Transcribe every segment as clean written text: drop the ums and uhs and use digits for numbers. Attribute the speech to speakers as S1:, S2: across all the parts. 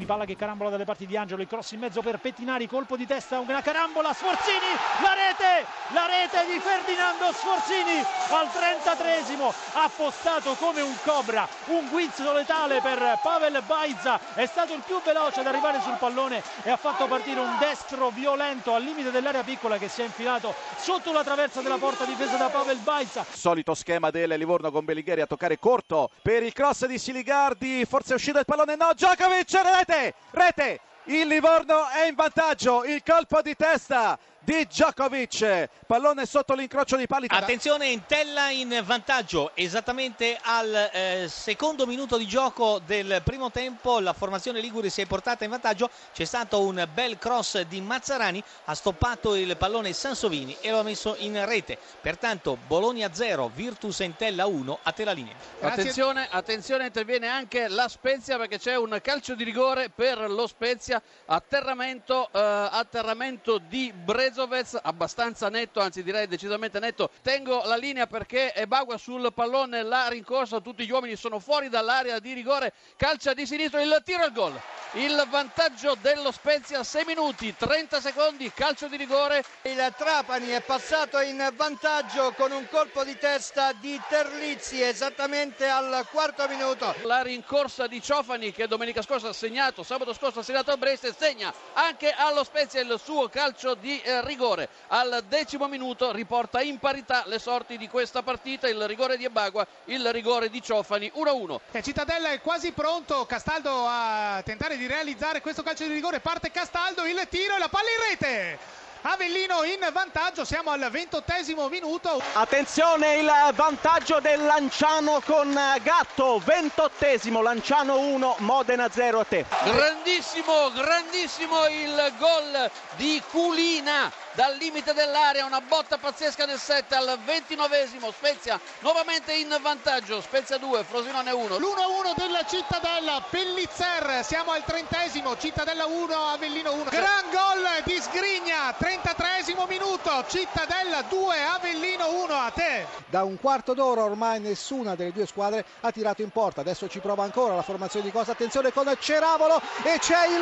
S1: palla che carambola dalle parti di Angelo, il cross in mezzo per Pettinari, colpo di testa, una carambola, Sforzini, la rete di Ferdinando Sforzini al 33esimo, ha postato come un cobra, un guizzo letale per Pavel Bajza, è stato il più veloce ad arrivare sul pallone e ha fatto partire un destro violento al limite dell'area piccola che si è infilato sotto la traversa della porta difesa da Pavel Bajza.
S2: Solito schema del Livorno con Bellingheri a toccare corto per il cross di Siligardi, forse è uscito il pallone, no, Djokovic, rete, il Livorno è in vantaggio, il colpo di testa di Djokovic, pallone sotto l'incrocio di pali.
S3: Attenzione, Entella in vantaggio esattamente al secondo minuto di gioco del primo tempo, la formazione ligure si è portata in vantaggio, c'è stato un bel cross di Mazzarani, ha stoppato il pallone Sansovini e lo ha messo in rete, pertanto Bologna 0, Virtus Entella 1, a te la linea.
S4: Attenzione, interviene anche la Spezia perché c'è un calcio di rigore per lo Spezia, atterramento di Brezovec, abbastanza netto, anzi direi decisamente netto. Tengo la linea perché Ebagua sul pallone, la rincorsa, tutti gli uomini sono fuori dall'area di rigore, calcia di sinistro, il tiro al gol, il vantaggio dello Spezia, 6 minuti 30 secondi, calcio di rigore.
S5: Il Trapani è passato in vantaggio con un colpo di testa di Terlizzi esattamente al quarto minuto.
S4: La rincorsa di Ciofani che domenica scorsa ha segnato, sabato scorso ha segnato al Brest, e segna anche allo Spezia il suo calcio di rigore. Al 10° minuto riporta in parità le sorti di questa partita, il rigore di Ebagua, il rigore di Ciofani, 1-1.
S6: Cittadella è quasi pronto, Castaldo a tentare di realizzare questo calcio di rigore, parte Castaldo, il tiro e la palla in rete. Avellino in vantaggio, siamo al 28° minuto.
S2: Attenzione, il vantaggio del Lanciano con Gatto, 28esimo, Lanciano 1, Modena 0, a te.
S4: Grandissimo il gol di Culina dal limite dell'area, una botta pazzesca nel 7 al 29esimo, Spezia nuovamente in vantaggio, Spezia 2, Frosinone 1.
S6: L'1-1 della Cittadella, Pellizzer, siamo al 30esimo, Cittadella 1, Avellino 1. Gran gol di Sgrigna, 33esimo minuto, Cittadella 2, Avellino 1, a te.
S7: Da un quarto d'ora ormai nessuna delle due squadre ha tirato in porta, adesso ci prova ancora la formazione di Costa, attenzione con Ceravolo e c'è il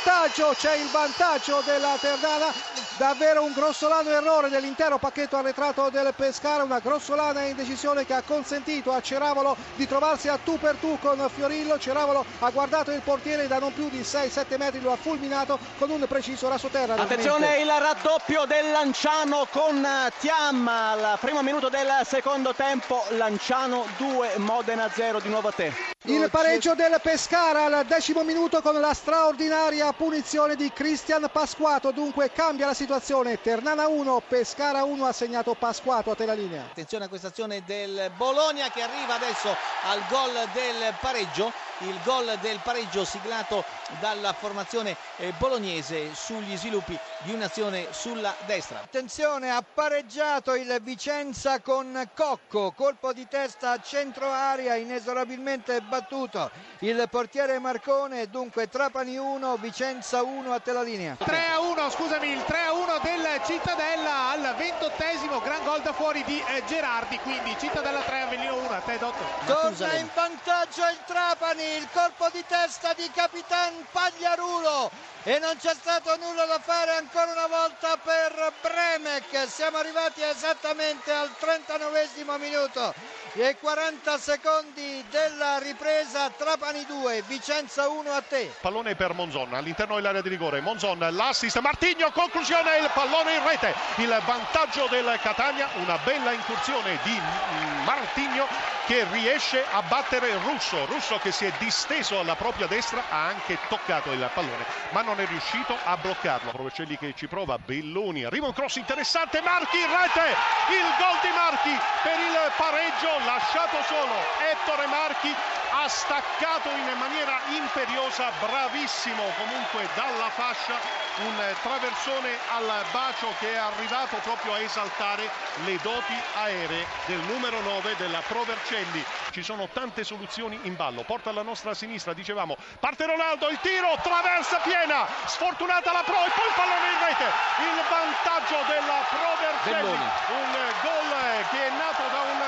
S7: vantaggio della Ternana, davvero un grossolano errore dell'intero pacchetto arretrato del Pescara, una grossolana indecisione che ha consentito a Ceravolo di trovarsi a tu per tu con Fiorillo. Ceravolo ha guardato il portiere da non più di 6-7 metri, lo ha fulminato con un preciso rassoterra.
S2: Attenzione, il raddoppio del Lanciano con Thiam al primo minuto del secondo tempo, Lanciano 2, Modena 0, di nuovo a te.
S7: Il pareggio del Pescara al 10° minuto con la straordinaria punizione di Cristian Pasquato, dunque cambia la situazione, Ternana 1, Pescara 1, ha segnato Pasquato, a te la linea.
S3: Attenzione a questa azione del Bologna che arriva adesso al gol del pareggio, il gol del pareggio siglato dalla formazione bolognese sugli sviluppi di un'azione sulla destra.
S5: Attenzione, ha pareggiato il Vicenza con Cocco, colpo di testa a centro area inesorabilmente battuto il portiere Marcone, dunque Trapani 1, Vicenza 1, a te la linea.
S6: 3-1, scusami, il 3-1 del Cittadella al 28esimo, gran gol da fuori di Gerardi, quindi Cittadella 3, Avellino 1, a te Dotto.
S5: Torna in vantaggio il Trapani, il colpo di testa di Capitan Pagliarulo e non c'è stato nulla da fare ancora una volta per Bremek, siamo arrivati esattamente al 39esimo minuto e 40 secondi della ripresa, Trapani 2, Vicenza 1, a te.
S8: Pallone per Monzon all'interno dell'area di rigore, Monzon, l'assist, Martigno, conclusione, il pallone in rete, il vantaggio del Catania, una bella incursione di Martigno che riesce a battere Russo che si è disteso alla propria destra, ha anche toccato il pallone ma non è riuscito a bloccarlo. Provercelli che ci prova, Belloni, arriva un cross interessante, Marchi in rete, il gol di Marchi per il pareggio, lasciato solo Ettore Marchi, ha staccato in maniera imperiosa, bravissimo comunque dalla fascia, un traversone al bacio che è arrivato proprio a esaltare le doti aeree del numero 9 della Provercelli. Ci sono tante soluzioni in ballo, porta alla nostra sinistra, dicevamo, parte Ronaldo, il tiro, traversa piena, sfortunata la Pro e poi il pallone in rete, il vantaggio della Provercelli, un gol che è nato da un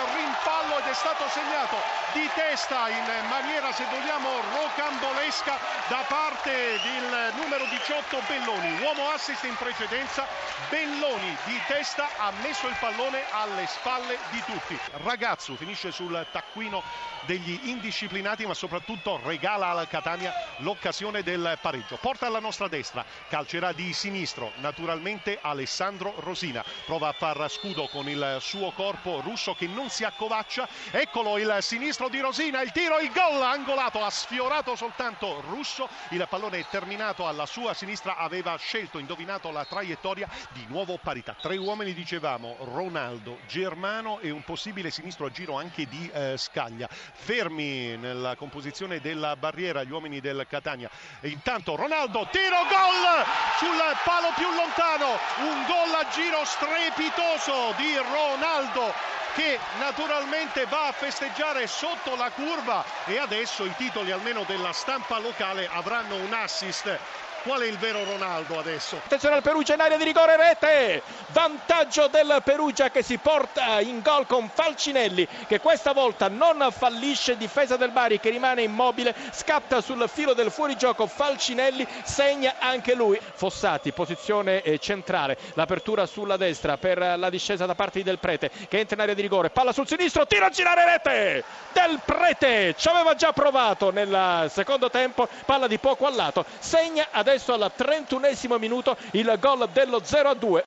S8: fallo ed è stato segnato di testa in maniera, se vogliamo, rocambolesca da parte del numero 18 Belloni, uomo assist in precedenza. Belloni di testa ha messo il pallone alle spalle di tutti. Ragazzu finisce sul taccuino degli indisciplinati, ma soprattutto regala al Catania l'occasione del pareggio. Porta alla nostra destra, calcerà di sinistro naturalmente Alessandro Rosina, prova a far scudo con il suo corpo Russo che non si accovaccia. Eccolo il sinistro di Rosina, il tiro, il gol angolato, ha sfiorato soltanto Russo, il pallone è terminato alla sua sinistra, aveva scelto, indovinato la traiettoria. Di nuovo parità, 3 uomini dicevamo, Ronaldo, Germano e un possibile sinistro a giro anche di Scaglia, fermi nella composizione della barriera gli uomini del Catania. E intanto Ronaldo, tiro, gol sul palo più lontano, un gol a giro strepitoso di Ronaldo che naturalmente va a festeggiare sotto la curva, e adesso i titoli almeno della stampa locale avranno un assist. Qual è il vero Ronaldo adesso?
S9: Attenzione al Perugia in area di rigore, rete! Vantaggio del Perugia che si porta in gol con Falcinelli, che questa volta non fallisce, difesa del Bari che rimane immobile, scatta sul filo del fuorigioco Falcinelli, segna anche lui. Fossati, posizione centrale, l'apertura sulla destra per la discesa da parte di Del Prete che entra in area di rigore, palla sul sinistro, tiro a girare, rete! Del Prete ci aveva già provato nel secondo tempo, palla di poco a lato, segna adesso al 31esimo minuto il gol dello 0-2.